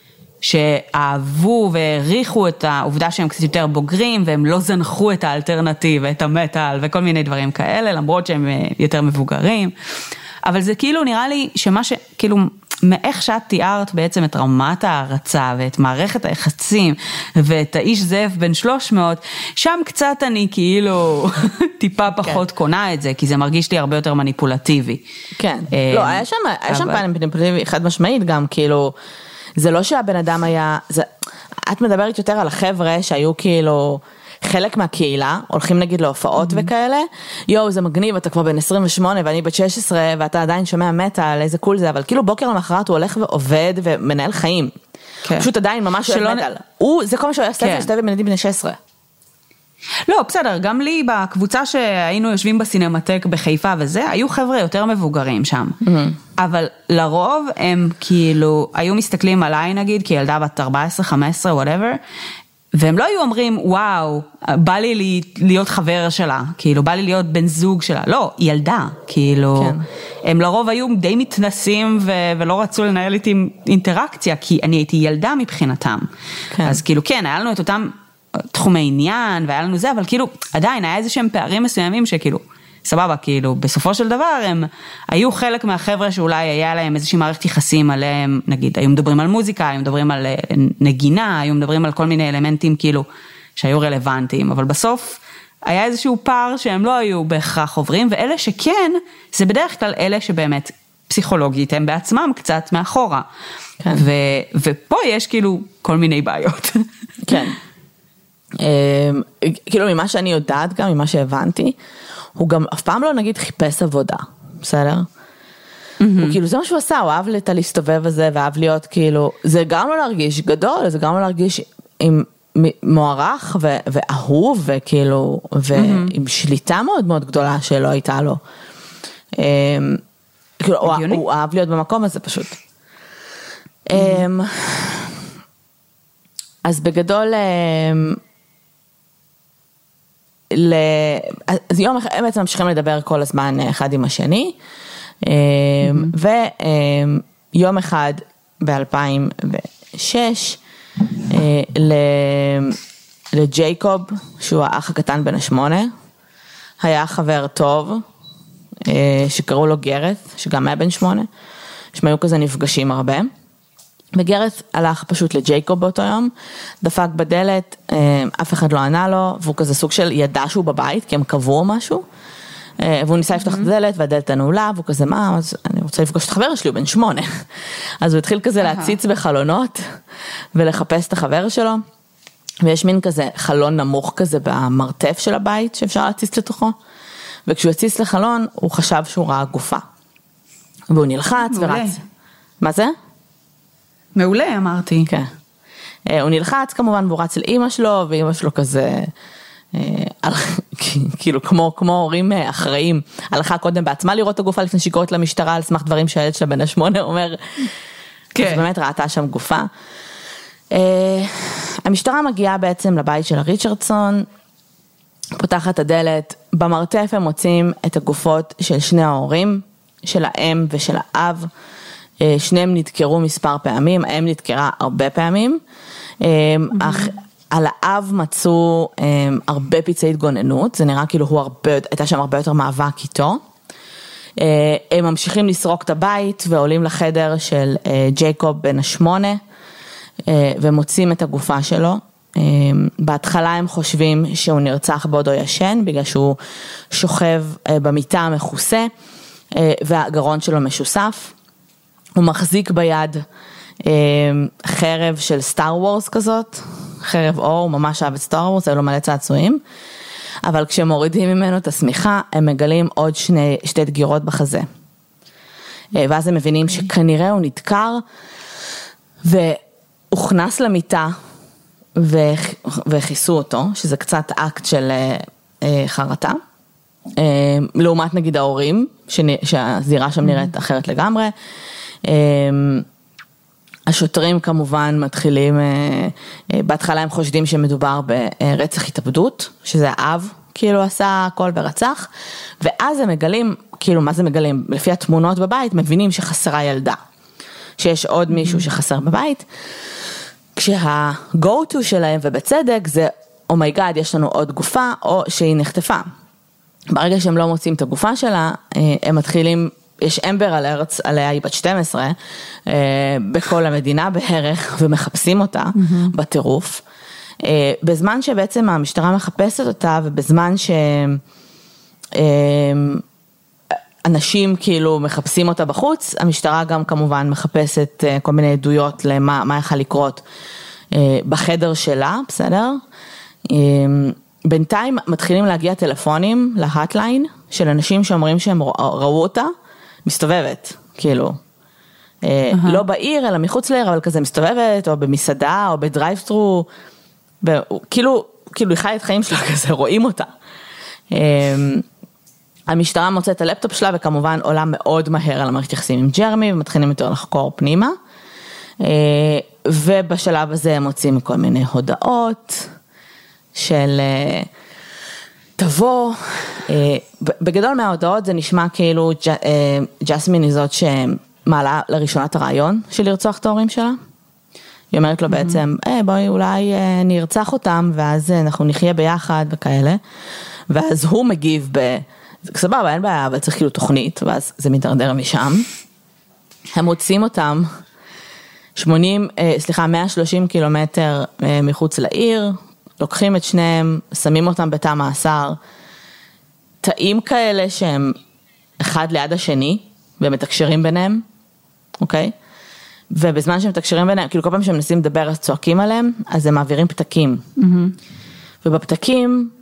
שאהבו והעריכו את העובדה שהם קצת יותר בוגרים, והם לא זנחו את האלטרנטיב, את המטל וכל מיני דברים כאלה, למרות שהם יותר מבוגרים. אבל זה כאילו נראה לי שמה שכאילו, מאיך שאת תיארת בעצם את רמת ההרצה ואת מערכת היחסים ואת האיש זאב בן 300, שם קצת אני כאילו טיפה פחות קונה את זה, כי זה מרגיש לי הרבה יותר מניפולטיבי. כן, לא, היה שם פעם מניפולטיבי חד משמעית גם, כאילו, זה לא שהבן אדם היה, את מדברת יותר על החבר'ה שהיו כאילו חלק מהקהילה, הולכים נגיד להופעות וכאלה, יואו זה מגניב, אתה כבר בן 28 ואני בת 16 ואתה עדיין שומע מטל, איזה קול זה, אבל כאילו בוקר למחרת הוא הולך ועובד ומנהל חיים. פשוט עדיין ממש אוהב מטל. זה כל מה שהוא יעשה, שתי בנדים בני 16. לא, בסדר, גם לי בקבוצה שהיינו יושבים בסינמטק בחיפה וזה, היו חבר'ה יותר מבוגרים שם. אבל לרוב הם כאילו, היו מסתכלים עליי נגיד, כילדה בת 14, 15, whatever, והם לא היו אומרים, וואו, בא לי להיות חבר שלה, כאילו, בא לי להיות בן זוג שלה. לא, היא ילדה, כאילו, הם לרוב היו די מתנסים ולא רצו לנהל איתי אינטראקציה, כי אני הייתי ילדה מבחינתם. אז כאילו, כן, היה לנו את אותם תחומי עניין, והיה לנו זה, אבל כאילו, עדיין היה איזה שהם פערים מסוימים שכאילו, סבבה, כאילו, בסופו של דבר הם היו חלק מהחבר'ה שאולי היה להם איזושהי מערכת יחסים עליהם, נגיד, היו מדברים על מוזיקה, היו מדברים על נגינה, היו מדברים על כל מיני אלמנטים כאילו שהיו רלוונטיים, אבל בסוף היה איזשהו פער שהם לא היו בהכרח עוברים, ואלה שכן, זה בדרך כלל אלה שבאמת פסיכולוגית, הם בעצמם קצת מאחורה. כן. ופה יש כאילו כל מיני בעיות. כן. כאילו ממה שאני יודעת גם, ממה שהבנתי, הוא גם אף פעם לא נגיד חיפש עבודה, בסדר? הוא כאילו זה מה שהוא עשה, הוא אהב להסתובב הזה, ואהב להיות כאילו, זה גם לא להרגיש גדול, זה גם לא להרגיש עם מוערך ואהוב, וכאילו, ועם שליטה מאוד מאוד גדולה שלא הייתה לו. כאילו, הוא אהב להיות במקום הזה פשוט. אז בגדול, אז יום אחד, הם בעצם ממשיכים לדבר כל הזמן אחד עם השני, ויום אחד ב-2006, לג'ייקוב, שהוא האח הקטן בן 8, היה חבר טוב, שקראו לו גרת, שגם היה בן 8, שהם היו כזה נפגשים הרבה, וגרת הלך פשוט לג'ייקוב באותו יום, דפק בדלת, אף אחד לא ענה לו, והוא כזה סוג של ידע שהוא בבית, כי הם קבעו משהו, והוא ניסה לפתוח את הדלת, והדלת הנעולה, והוא כזה, מה, אז אני רוצה לפגוש את החבר שלי, הוא בן 8. אז הוא התחיל כזה להציץ בחלונות, ולחפש את החבר שלו, ויש מין כזה חלון נמוך כזה, במרתף של הבית, שאפשר להציץ לתוכו, וכשהוא הציץ לחלון, הוא חשב שהוא ראה גופה. והוא נלחץ ורץ. מה זה? מעולה, אמרתי. כן. הוא נלחץ כמובן, והוא רץ לאמא שלו, ואמא שלו כזה, כאילו כמו הורים אחראים, הלכה קודם בעצמה לראות את הגופה, לפני שהיא קוראת למשטרה, על סמך דברים שהילד שלה בן 8 אומר, אז באמת ראתה שם גופה. המשטרה מגיעה בעצם לבית של הריצ'רדסון, פותחת הדלת, במרתף הם מוצאים את הגופות של שני ההורים, של האם ושל האב, שניהם נדקרו מספר פעמים, האם נדקרה הרבה פעמים, על האב מצאו הרבה פצעי התגוננות, זה נראה כאילו הייתה שם הרבה יותר מאבק איתו, הם ממשיכים לסרוק את הבית ועולים לחדר של ג'ייקוב בן 8, ומוצאים את הגופה שלו, בהתחלה הם חושבים שהוא נרצח בעודו ישן, בגלל שהוא שוכב במיטה המכוסה, והגרון שלו משוסף, הוא מחזיק ביד חרב של סטאר וורס כזאת, חרב אור, הוא ממש אהב את סטאר וורס, היו לו מלא צעצועים, אבל כשמורידים ממנו את השמיכה, הם מגלים עוד שתי דגירות בחזה. ואז הם מבינים שכנראה הוא נדקר, והוכנס למיטה, וכיסו אותו, שזה קצת אקט של חרטה, לעומת נגיד ההורים, שהזירה שם נראית אחרת לגמרי, השוטרים כמובן מתחילים, בהתחלה הם חושדים שמדובר ברצח התאבדות, שזה האב כאילו עשה הכל ורצח, ואז הם מגלים, כאילו מה זה מגלים? לפי התמונות בבית מבינים שחסרה ילדה, שיש עוד מישהו שחסר בבית, כשה-go to שלהם ובצדק זה, אומייגאד, יש לנו עוד גופה, או שהיא נחטפה. ברגע שהם לא מוצאים את הגופה שלה, הם מתחילים, יש אמבר אלרטס, עליה היא בת 12, בכל המדינה בערך, ומחפשים אותה בטירוף. בזמן שבעצם המשטרה מחפשת אותה, ובזמן שאנשים כאילו מחפשים אותה בחוץ, המשטרה גם כמובן מחפשת כל מיני עדויות למה יכל לקרות בחדר שלה, בסדר? בינתיים מתחילים להגיע טלפונים להטליין של אנשים שאומרים שהם ראו אותה, מסתובבת, כאילו. לא בעיר, אלא מחוץ לעיר, אבל כזה מסתובבת, או במסעדה, או בדרייב-טרו, כאילו היא חיה את חיים שלה כזה, רואים אותה. המשטרה מוצאת את הלפטופ שלה, וכמובן עולה מאוד מהר על המערכת יחסים עם ג'רמי, ומתחילים יותר לחקור פנימה. ובשלב הזה הם מוצאים כל מיני הודעות של תבוא. בגדול מההודעות זה נשמע כאילו ג'סמין היא זאת שמעלה לראשונה את הרעיון של לרצוח את ההורים שלה. היא אומרת לו בעצם, בואי אולי נרצח אותם, ואז אנחנו נחיה ביחד וכאלה. ואז הוא מגיב סבבה, אין בעיה, אבל צריך כאילו תוכנית, ואז זה מתדרדר משם. הם מוצאים אותם 130 קילומטר מחוץ לעיר, לוקחים את שניהם, שמים אותם בתא מאסר, תאים כאלה שהם אחד ליד השני, ומתקשרים ביניהם, אוקיי? ובזמן שהם מתקשרים ביניהם, כאילו כל פעם שהם מנסים לדבר, אז צועקים עליהם, אז הם מעבירים פתקים. ובפתקים,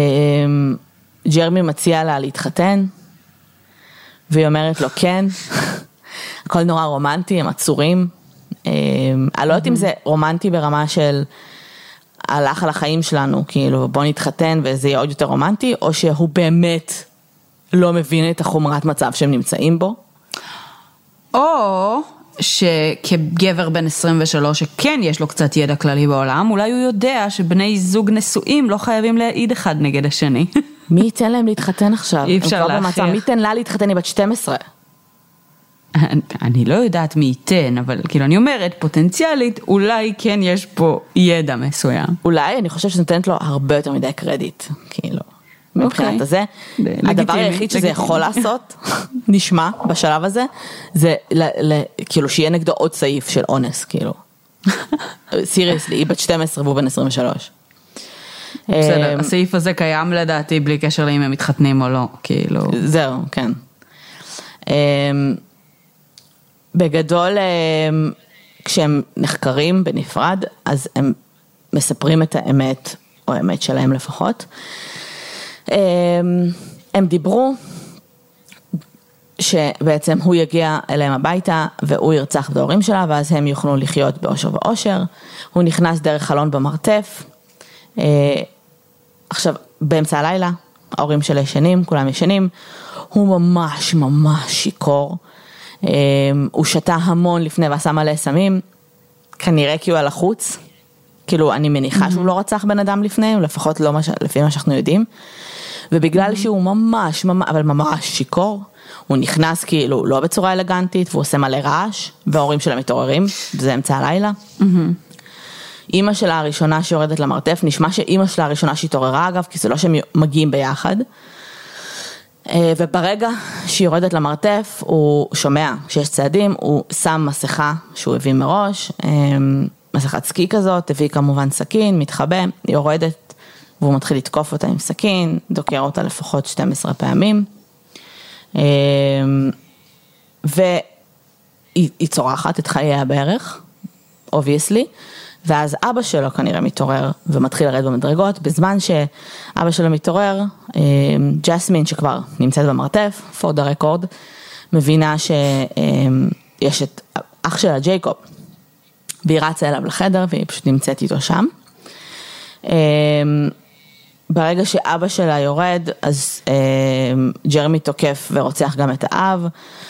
ג'רמי מציע לה להתחתן, והיא אומרת לו כן, הכל נורא רומנטי, הם עצורים, אני לא יודעת אם זה רומנטי ברמה של הלך על החיים שלנו, כאילו בוא נתחתן וזה יהיה עוד יותר רומנטי, או שהוא באמת לא מבין את החומרת מצב שהם נמצאים בו. או שכגבר בן 23 שכן יש לו קצת ידע כללי בעולם, אולי הוא יודע שבני זוג נשואים לא חייבים להעיד אחד נגד השני. מי ייתן להם להתחתן עכשיו? אי אפשר להכריח. מי ייתן לה להתחתן? היא בת 12. אני לא יודעת מי ייתן, אבל כאילו אני אומרת, פוטנציאלית, אולי כן יש פה ידע מסוים. אולי, אני חושב שנותנת לו הרבה יותר מדי קרדיט, כאילו, מבחינת הזה. הדבר היחיד שזה יכול לעשות, נשמע בשלב הזה, זה כאילו שיהיה נגדו עוד סעיף של אונס, כאילו. סיריוסלי, היא בת 12 והוא בן 23. בסדר, הסעיף הזה קיים לדעתי בלי קשר לאם הם מתחתנים או לא, כאילו. זהו, כן. בגדול, כשהם נחקרים בנפרד, אז הם מספרים את האמת, או האמת שלהם לפחות. הם דיברו שבעצם הוא יגיע אליהם הביתה, והוא ירצח את ההורים שלה, ואז הם יוכלו לחיות באושר ואושר. הוא נכנס דרך חלון במרתף. עכשיו, באמצע הלילה, ההורים שלה ישנים, כולם ישנים, הוא ממש ממש שיקור. הוא שתה המון לפני ועשה מלא סמים, כנראה כי הוא על החוץ, כאילו אני מניחה שהוא לא רצח בן אדם לפני, לפחות לא לפי מה שאנחנו יודעים, ובגלל שהוא ממש, אבל ממש שיקור, הוא נכנס כאילו לא בצורה אלגנטית, והוא עושה מלא רעש, וההורים שלה מתעוררים, זה אמצע הלילה. אמא שלה הראשונה שיורדת למרתף, נשמע שאמא שלה הראשונה שהתעוררה אגב, כי זה לא שהם מגיעים ביחד, וברגע שהיא יורדת למרתף, הוא שומע שיש צעדים, הוא שם מסכה שהוא הביא מראש, מסכת סקי כזאת, הביא כמובן סכין, מתחבא, היא יורדת, והוא מתחיל לתקוף אותה עם סכין, דוקר אותה לפחות 12 פעמים, והיא צורחת את חייה בערך, obviously, ואז אבא שלו כנראה מתעורר ומתחיל לרד במדרגות, בזמן שאבא שלו מתעורר, ג'סמין שכבר נמצאת במרתף, for the record, מבינה שיש את אח שלה ג'ייקוב, והיא רצה אליו לחדר והיא פשוט נמצאת איתו שם. ברגע שאבא שלה יורד, אז ג'רמי תוקף ורוצח גם את האב,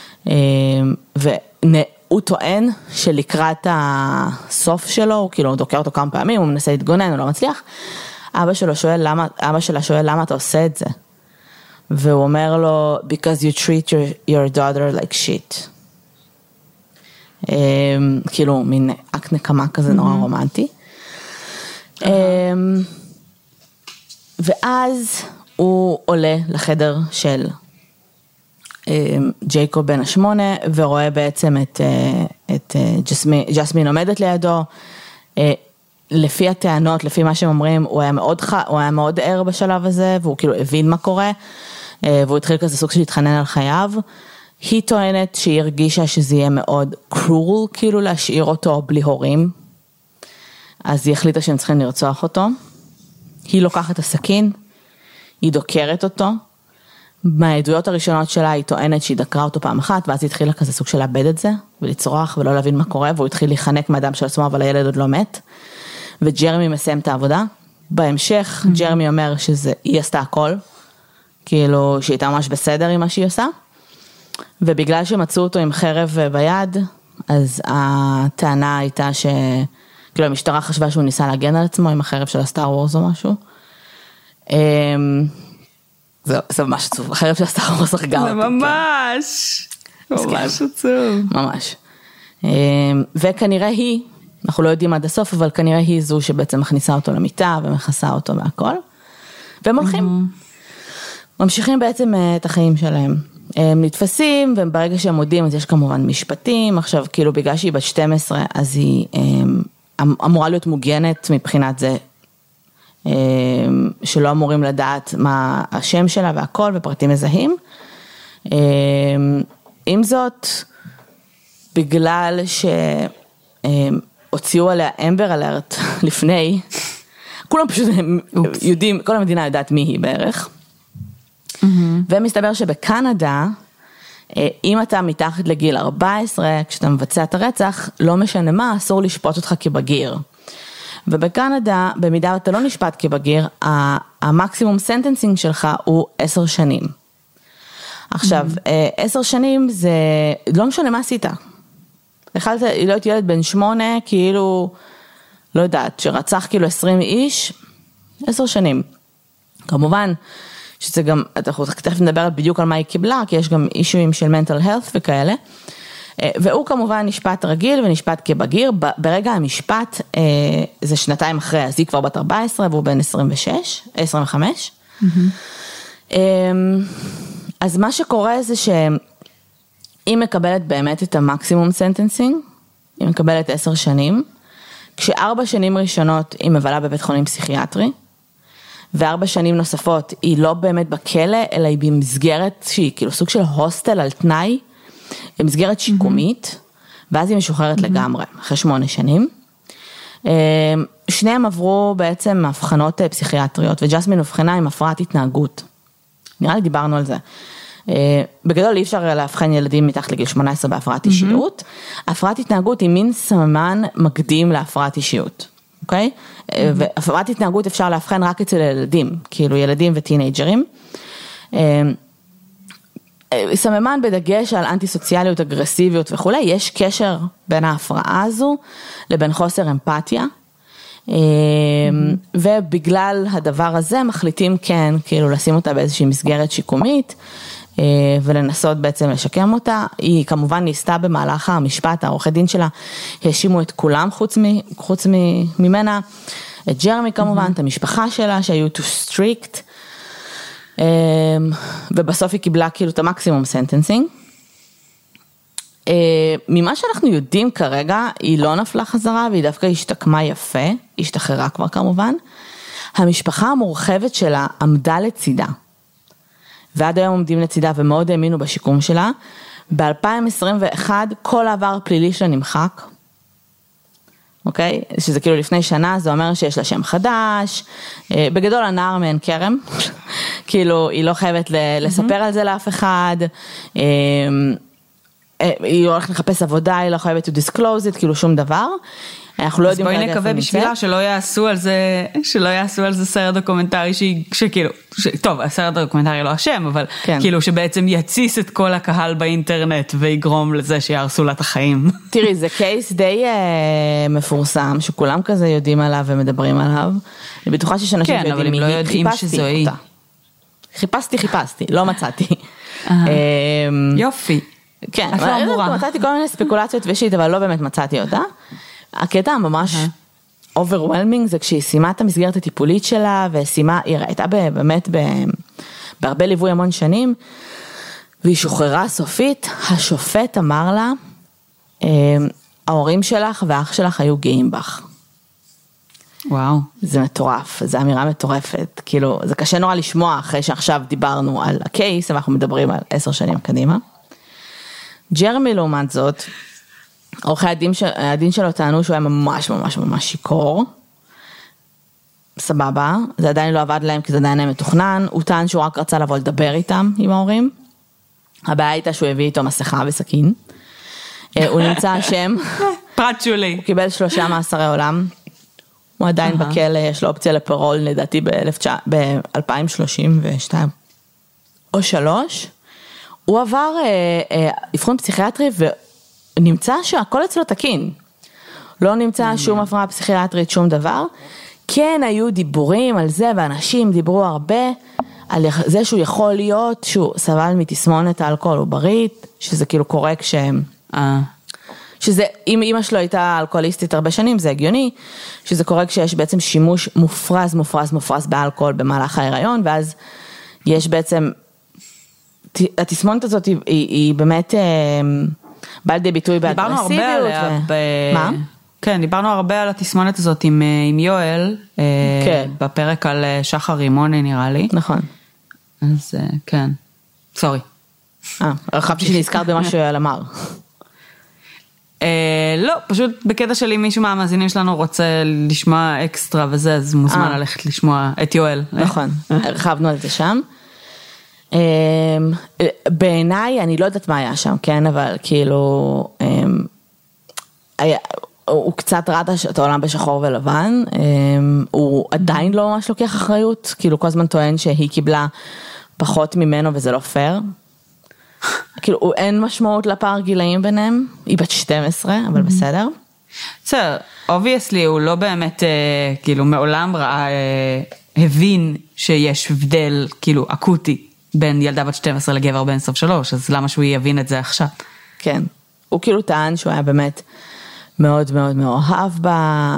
הוא טוען שלקראת הסוף שלו, הוא כאילו דוקר אותו כמה פעמים, הוא מנסה להתגונן, הוא לא מצליח. אבא שלה שואל למה אתה עושה את זה? והוא אומר לו, because you treat your daughter like shit. כאילו מין אקט נקמה כזה נורא רומנטי. ואז הוא עולה לחדר של ג'ייקוב בן 8, ורואה בעצם את ג'סמין עומדת לידו. לפי הטענות, לפי מה שהם אומרים, הוא היה מאוד ער בשלב הזה, והוא כאילו הבין מה קורה, והוא התחיל כזה סוג של להתחנן על חייו. היא טוענת שהיא הרגישה שזה יהיה מאוד קרול, כאילו להשאיר אותו בלי הורים, אז היא החליטה שהם צריכים לרצוח אותו. היא לוקחת את הסכין, היא דוקרת אותו, מהעדויות הראשונות שלה היא טוענת שהיא דקרה אותו פעם אחת, ואז היא התחילה כזה סוג של לאבד את זה, ולצרוח ולא להבין מה קורה, והוא התחיל להיחנק מהדם של עצמו, אבל הילד עוד לא מת, וג'רמי מסיים את העבודה, בהמשך ג'רמי אומר שהיא עשתה הכל, כאילו שהיא הייתה ממש בסדר עם מה שהיא עושה, ובגלל שמצאו אותו עם חרב ביד, אז הטענה הייתה כאילו המשטרה חשבה שהוא ניסה להגן על עצמו עם החרב של הסטאר וורס או משהו. זה ממש עצוב, החרב של הסטאר וורס הרגה אותי. זה ממש עצוב. ממש. וכנראה היא, אנחנו לא יודעים עד הסוף, אבל כנראה היא זו שבעצם מכניסה אותו למיטה ומכסה אותו מהכל. והם הולכים. ממשיכים בעצם את החיים שלהם. הם נתפסים, וברגע שהם מודים, אז יש כמובן משפטים. עכשיו, כאילו, בגלל שהיא בת 12, אז היא אמורה להיות מוגנת מבחינת זה, שלא אמורים לדעת מה השם שלה והכל, ופרטים מזהים. עם זאת, בגלל שהוציאו עליה אמבר אלרט לפני, כולם פשוט יודעים, כל המדינה יודעת מי היא בערך. ומסתבר שבקנדה, אם אתה מתחת לגיל 14, כשאתה מבצע את הרצח, לא משנה מה, אסור לשפוט אותך כבגיר. ובקנדה, במידה אתה לא נשפט כבגיר, המקסימום סנטנסינג שלך הוא 10 שנים. עכשיו, 10 שנים זה, לא משנה מה עשית. יכלת להיות ילד בן 8, כאילו, לא יודעת, שרצח כאילו 20 איש, 10 שנים. כמובן, שזה גם, אנחנו תכף נדבר בדיוק על מה היא קיבלה, כי יש גם אישויים של mental health וכאלה, והוא כמובן נשפט רגיל ונשפט כבגיר, ברגע המשפט זה שנתיים אחרי, אז היא כבר בת 14 והוא בן 25. אז מה שקורה זה שהיא מקבלת באמת את המקסימום סנטנסינג, היא מקבלת 10 שנים, כש4 שנים ראשונות היא מבלה בבית חולים פסיכיאטרי, ו4 שנים נוספות היא לא באמת בכלא, אלא היא במסגרת שהיא כאילו סוג של הוסטל על תנאי, במסגרת שיקומית, ואז היא משוחררת לגמרי, אחרי 8 שנים. שניהם עברו בעצם הבחנות פסיכיאטריות, וג'סמין הובחנה עם הפרעת התנהגות. נראה לי דיברנו על זה. בגדול אי אפשר להבחן ילדים מתחת לגיל 18 בהפרעת אישיות. הפרעת התנהגות היא מין סממן מקדים להפרעת אישיות. אוקיי? והפרעת התנהגות אפשר להבחן רק אצל ילדים, כאילו ילדים וטינייג'רים. סממן בדגש על אנטי סוציאליות, אגרסיביות וכו', יש קשר בין ההפרעה הזו לבין חוסר אמפתיה, ובגלל הדבר הזה מחליטים כן, כאילו לשים אותה באיזושהי מסגרת שיקומית, ולנסות בעצם לשקם אותה. היא כמובן ניסתה במהלך המשפט, העורכי דין שלה האשימו את כולם חוץ ממנה, את ג'רמי כמובן, את המשפחה שלה שהיו too strict, ובסוף היא קיבלה כאילו את המקסימום סנטנסינג. ממה שאנחנו יודעים כרגע, היא לא נפלה חזרה, והיא דווקא השתקמה יפה, היא השתחררה כבר כמובן. המשפחה המורחבת שלה עמדה לצידה, ועד היום עומדים לצידה ומאוד האמינו בשיקום שלה. ב-2021 כל העבר פלילי שלה נמחק, אוקיי? שזה כאילו לפני שנה, זה אומר שיש לה שם חדש, בגדול הנער מעין כרם, כאילו היא לא חייבת לספר על זה לאף אחד, היא הולכת לחפש עבודה, היא לא חייבת to disclose it, כאילו שום דבר. אנחנו לא יודעים אז בואי נקווה בשבילה שלא יעשו על זה סרט דוקומנטרי שכאילו, טוב, הסרט הדוקומנטרי לא אשם, אבל כאילו שבעצם יציס את כל הקהל באינטרנט ויגרום לזה שיהרסו לה את החיים. תראי, זה קייס די מפורסם, שכולם כזה יודעים עליו ומדברים עליו. אני בטוחה שיש אנשים שיודעים מי, אבל הם לא יודעים שזוהי. חיפשתי, לא מצאתי. יופי. כן, מצאתי כל מיני ספקולציות ושיט, אבל לא באמת מצאתי אותה. הקטע ממש overwhelming זה כשהיא סיימה את המסגרת הטיפולית שלה, היא הייתה באמת בהרבה ליווי המון שנים, והיא שוחררה סופית. השופט אמר לה, ההורים שלך ואח שלך היו גאים בך. וואו. זה מטורף, זו אמירה מטורפת, כאילו זה קשה נורא לשמוע אחרי שעכשיו דיברנו על הקייס, ואנחנו מדברים על 10 שנים קדימה. ג'רמי לעומת זאת, עורכי הדין שלו טענו שהוא היה ממש ממש ממש שיקור, סבבה, זה עדיין לא עבד להם כי זה עדיין היה מתוכנן, הוא טען שהוא רק רצה לבוא לדבר איתם, עם ההורים. הבעיה הייתה שהוא הביא איתו מסכה וסכין. הוא נמצא אשם. פרט שולי. הוא קיבל 3 מאסרי עולם. הוא עדיין בכלא, יש לו אופציה לפרול, לדעתי ב-2032 או 3. הוא עבר אבחון פסיכיאטרי ונמצא שהכל אצלו תקין. לא נמצא שום הפרעה פסיכיאטרית, שום דבר. כן, היו דיבורים על זה, ואנשים דיברו הרבה על זה שהוא יכול להיות, שהוא סבל מתסמונת האלכוהול עוברית, שזה כאילו קורה שזה, אם אמא שלו הייתה אלכוהוליסטית הרבה שנים, זה הגיוני, שזה קורה כשיש בעצם שימוש מופרז באלכוהול במהלך ההיריון, ואז יש בעצם, התסמונת הזאת היא באמת באה לידי ביטוי באגרסיביות. דיברנו הרבה עליה. מה? כן, דיברנו הרבה על התסמונת הזאת עם יואל, בפרק על שחר רימוני נראה לי. נכון. אז כן, סורי. חשבתי שנזכרת במה שיואל אמר. לא, פשוט בקטע שלי מישהו מהמאזינים שלנו רוצה לשמוע אקסטרה וזה, אז מוזמן ללכת לשמוע את יואל. נכון, הרחבנו על זה שם. בעיניי, אני לא יודעת מה היה שם, כן, אבל כאילו, הוא קצת ראה את העולם בשחור ולבן, הוא עדיין לא ממש לוקח אחריות, כאילו כל הזמן טוען שהיא קיבלה פחות ממנו וזה לא פייר. כאילו אין משמעות לפער גילאים ביניהם, היא בת 12, אבל בסדר. בסדר, obviously הוא לא באמת, כאילו מעולם הבין שיש הבדל כאילו אקוטי בין ילדה בת 12 לגבר בן 23, אז למה שהוא יבין את זה עכשיו? כן, הוא כאילו טען שהוא היה באמת מאוד מאוד מאוהב בה,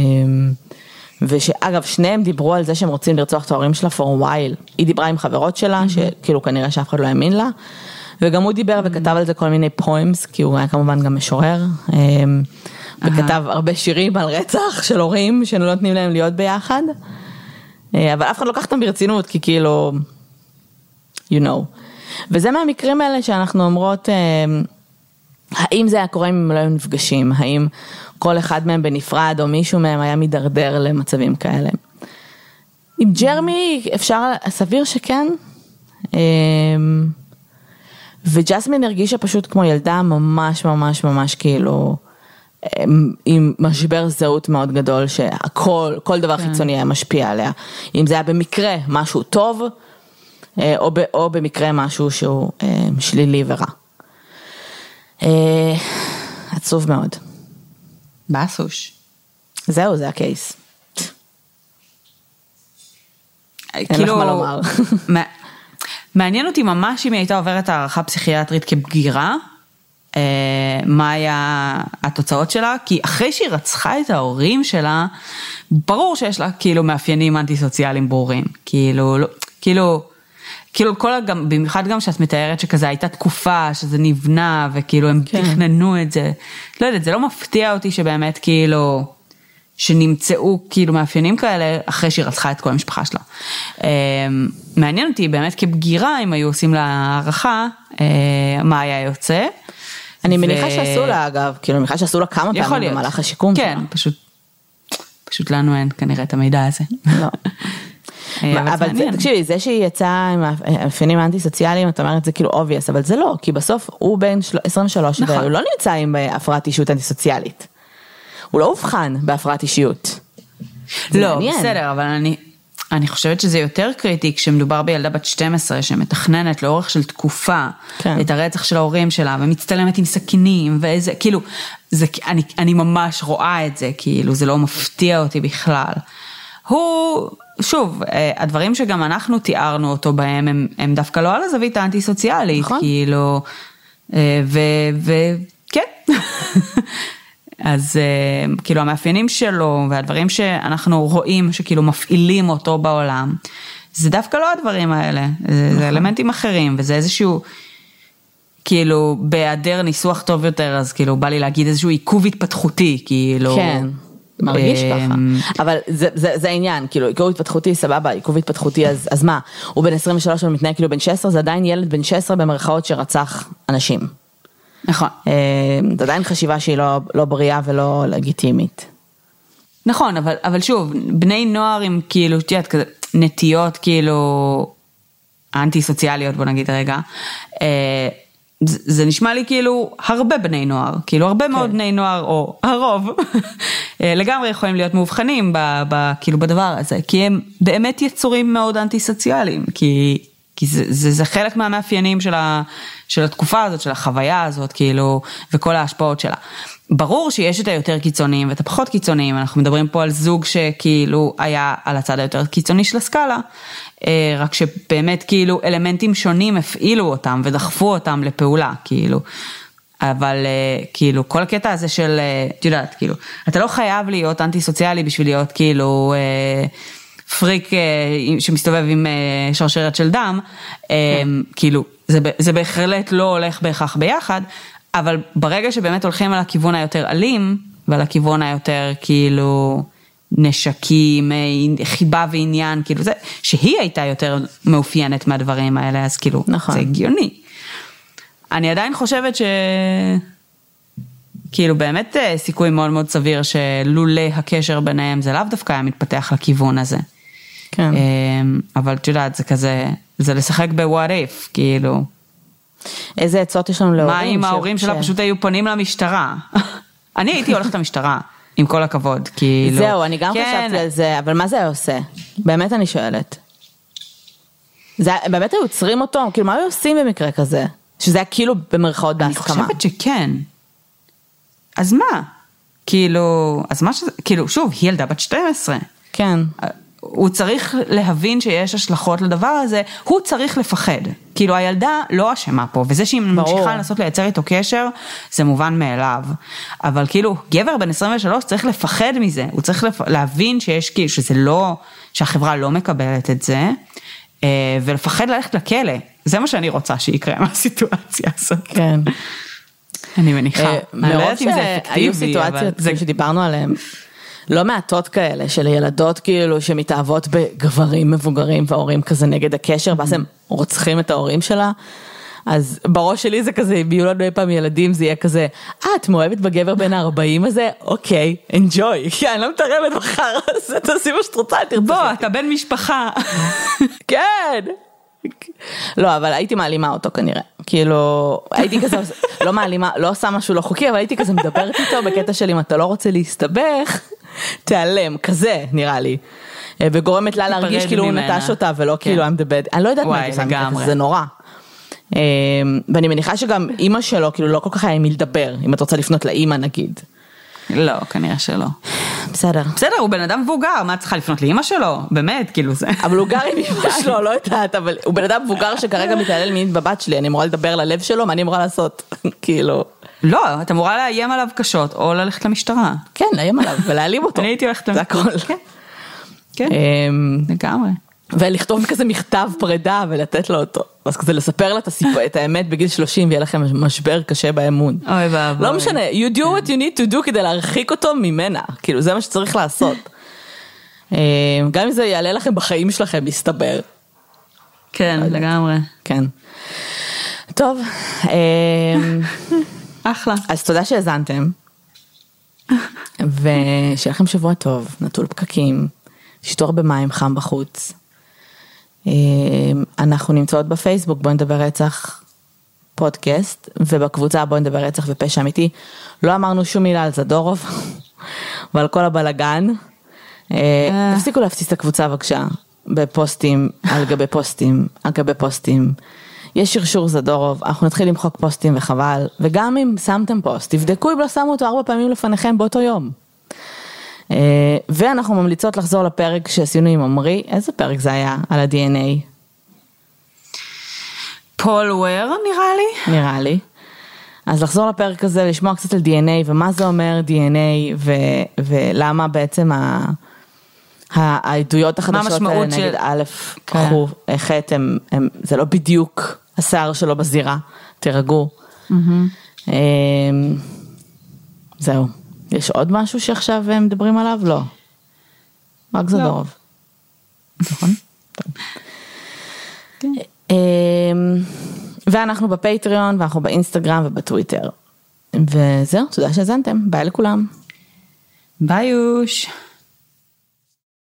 ושאגב שניהם דיברו על זה שהם רוצים לרצוח את ההורים שלה for a while, היא דיברה עם חברות שלה, שכאילו כנראה שאף אחד לא האמין לה, וגם הוא דיבר וכתב על זה כל מיני פוימס, כי הוא היה כמובן גם משורר, וכתב הרבה שירים על רצח של הורים, שלא נותנים להם להיות ביחד, אבל אף אחד לא לקח אותם ברצינות, כי כאילו, you know, וזה מהמקרים האלה שאנחנו אומרות, האם זה היה קורה אם הם לא היו נפגשים, האם כל אחד מהם בנפרד, או מישהו מהם היה מדרדר למצבים כאלה. עם ג'רמי אפשר, סביר שכן, וג'סמין הרגישה פשוט כמו ילדה ממש ממש ממש כאילו, עם משבר זהות מאוד גדול, שהכל, כל דבר חיצוני היה משפיע עליה. אם זה היה במקרה משהו טוב, או במקרה משהו שהוא שלילי ורע. עצוב מאוד. בסוש. זהו, זה הקייס. אין לך מה לומר. מעניין אותי ממש אם היא הייתה עוברת הערכה פסיכיאטרית כבגירה, מה היה התוצאות שלה, כי אחרי שהיא רצחה את ההורים שלה, ברור שיש לה כאילו מאפיינים אנטי-סוציאליים ברורים, כאילו כל גם, במיוחד גם שאת מתארת שכזה הייתה תקופה שזה נבנה, וכאילו הם תכננו את זה, לא יודעת, זה לא מפתיע אותי שבאמת כאילו, שנמצאו כאילו מאפיינים כאלה, אחרי שהיא רצחה את כל המשפחה שלה. מעניין אותי באמת כבגירה, אם היו עושים לה הערכה, מה היה יוצא. אני מניחה שעשו לה אגב, כאילו מניחה שעשו לה כמה פעמים במהלך השיקום. כן, פשוט לנו אין כנראה את המידע הזה. לא. אבל תקשיבי, זה שהיא יצאה עם מאפיינים אנטי-סוציאליים, את אומרת זה כאילו obvious, אבל זה לא, כי בסוף הוא בן 23, והוא לא נמצא עם הפרעת אישיות אנטי-סוציאלית. הוא לא הובחן בהפרעת אישיות. לא, בסדר, אבל אני חושבת שזה יותר קריטי, כשמדובר בילדה בת 12, שמתכננת לאורך של תקופה, את הרצח של ההורים שלה, ומצטלמת עם סכינים, ואיזה, כאילו, אני ממש רואה את זה, כאילו, זה לא מפתיע אותי בכלל. הוא, שוב, הדברים שגם אנחנו תיארנו אותו בהם, הם דווקא לא על הזווית האנטי-סוציאלית, כאילו, וכן. אז כאילו המאפיינים שלו, והדברים שאנחנו רואים, שכאילו מפעילים אותו בעולם, זה דווקא לא הדברים האלה, זה אלמנטים אחרים, וזה איזשהו, כאילו, בהיעדר ניסוח טוב יותר, אז כאילו, בא לי להגיד איזשהו עיכוב התפתחותי, כאילו, כן. מרגיש ככה, אבל זה העניין, כאילו עיכוב התפתחותי סבבה, עיכוב התפתחותי אז מה, הוא בן 23 ומתנהג כאילו בן 16, זה עדיין ילד בן 16 במרכאות שרצח אנשים. נכון. זה עדיין חשיבה שהיא לא בריאה ולא לגיטימית. נכון, אבל שוב, בני נוער עם כאילו, תיאת, כזה, נטיות כאילו, אנטי סוציאליות, בוא נגיד רגע, זה נשמע לי כאילו הרבה בני נוער, כאילו הרבה מאוד בני נוער, או הרוב, לגמרי יכולים להיות מאובחנים כאילו בדבר הזה, כי הם באמת יצורים מאוד אנטי סוציאליים, כי זה חלק מהמאפיינים של התקופה הזאת, של החוויה הזאת, כאילו, וכל ההשפעות שלה. ברור שיש את היותר קיצוניים ואת הפחות קיצוניים, אנחנו מדברים פה על זוג שכאילו היה על הצד היותר קיצוני של הסקאלה, רק שבאמת כאילו אלמנטים שונים הפעילו אותם ודחפו אותם לפעולה, כאילו. אבל כאילו כל הקטע הזה של, את יודעת, כאילו, אתה לא חייב להיות אנטי סוציאלי בשביל להיות כאילו פריק שמסתובב עם שרשרת של דם, כאילו, זה בהחלט לא הולך בהכרח ביחד, אבל ברגע שבאמת הולכים על הכיוון היותר אלים, ועל הכיוון היותר כאילו נשקים, חיבה ועניין, כאילו זה, שהיא הייתה יותר מאופיינת מהדברים האלה, אז כאילו, נכון. זה הגיוני. אני עדיין חושבת כאילו באמת סיכוי מאוד מאוד סביר שלולא הקשר ביניהם זה לאו דווקא היה מתפתח לכיוון הזה. כן. אבל את יודעת, זה כזה, זה לשחק ב-what if, כאילו. איזה עצות יש לנו להורים? מה אם ההורים שלה פשוט היו פונים למשטרה? אני הייתי הולכת למשטרה, עם כל הכבוד, כאילו. זהו, אני גם חשבתי על זה, אבל מה זה היה עושה? באמת אני שואלת. באמת היו עוצרים אותו? כאילו, מה היו עושים במקרה כזה? שזה היה כאילו במרכאות בהסכמה. אני חושבת שכן. אז מה? כאילו, אז מה שזה, כאילו, שוב, היא ילדה בת 12. כן. הוא צריך להבין שיש השלכות לדבר הזה, הוא צריך לפחד. כאילו הילדה לא אשמה פה, וזה שהיא ממשיכה לנסות לייצר איתו קשר, זה מובן מאליו. אבל כאילו, גבר בן 23 צריך לפחד מזה, הוא צריך להבין שיש כאילו, שזה לא, שהחברה לא מקבלת את זה, ולפחד ללכת לכלא. זה מה שאני רוצה שיקרה מהסיטואציה הזאת. כן. אני מניחה. מרוב שהיו סיטואציות שדיברנו עליהן, לא מעטות כאלה של ילדות כאילו שמתאהבות בגברים מבוגרים וההורים כזה נגד הקשר, ואז הם רוצחים את ההורים שלה, אז בראש שלי זה כזה, אם יהיו לנו אי פעם ילדים זה יהיה כזה, את מאוהבת בגבר בין ה-40 הזה? אוקיי, enjoy, כי אני לא מתערבת מחר, אז תעשי מה שאת רוצה, תרצה. בוא, אתה בן משפחה. כן. לא, אבל הייתי מעלימה אותו כנראה, כאילו, הייתי כזה, לא מעלימה, לא עושה משהו לא חוקי, אבל הייתי כזה מדברת איתו בקטע של אם אתה לא רוצה להסתבך, תיעלם, כזה נראה לי, וגורמת לה להרגיש כאילו הוא נטש אותה, ולא כאילו I'm the bad, אני לא יודעת מה זה נורא, ואני מניחה שגם אמא שלו כאילו לא כל כך היה עם מי לדבר, אם את רוצה לפנות לאמא נגיד. לא, כנראה שלא. בסדר. בסדר, הוא בן אדם מבוגר, מה צריכה לפנות לאמא שלו? באמת, כאילו זה. אבל הוא גר עם אמא שלו, לא יודעת, אבל הוא בן אדם מבוגר שכרגע מתעלל מינית בבת שלי, אני אמורה לדבר ללב שלו, מה אני אמורה לעשות? כאילו. לא, אתה אמורה לאיים עליו קשות, או ללכת למשטרה. כן, לאיים עליו, ולהעלים אותו. אני הייתי הולכת זה הכל. כן, לגמרי. ולכתוב כזה מכתב פרידה ולתת לו אותו. אז כזה לספר לה את האמת בגיל 30 ויהיה לכם משבר קשה באמון. אוי ואבוי. לא משנה, you do what you need to do כדי להרחיק אותו ממנה. כאילו זה מה שצריך לעשות. גם אם זה יעלה לכם בחיים שלכם, מסתבר. כן, לגמרי. כן. טוב. אחלה. אז תודה שהזנתם. ושיהיה לכם שבוע טוב, נטול פקקים, שתור במים חם בחוץ. אנחנו נמצאות בפייסבוק, בואי נדבר רצח פודקאסט, ובקבוצה בואי נדבר רצח ופשע אמיתי. לא אמרנו שום מילה על זדורוב, ועל כל הבלגן. תפסיקו להפציץ את הקבוצה בבקשה, בפוסטים, על גבי פוסטים, על גבי פוסטים. יש שרשור זדורוב, אנחנו נתחיל למחוק פוסטים וחבל, וגם אם שמתם פוסט, תבדקו אם לא שמו אותו 4 פעמים לפניכם באותו יום. ואנחנו ממליצות לחזור לפרק שעשינו עם עמרי, איזה פרק זה היה? על ה-DNA. פול וויר נראה לי. נראה לי. אז לחזור לפרק הזה, לשמוע קצת על DNA, ומה זה אומר DNA, ולמה בעצם העדויות החדשות האלה נגד א' קחו, ח' זה לא בדיוק השיער שלו בזירה, תרגעו. זהו. יש עוד משהו שעכשיו מדברים עליו? לא. רק זדורוב. נכון? טוב. ואנחנו בפטריון, ואנחנו באינסטגרם ובטוויטר. וזהו, תודה שהזנתם. ביי לכולם. ביי יוש.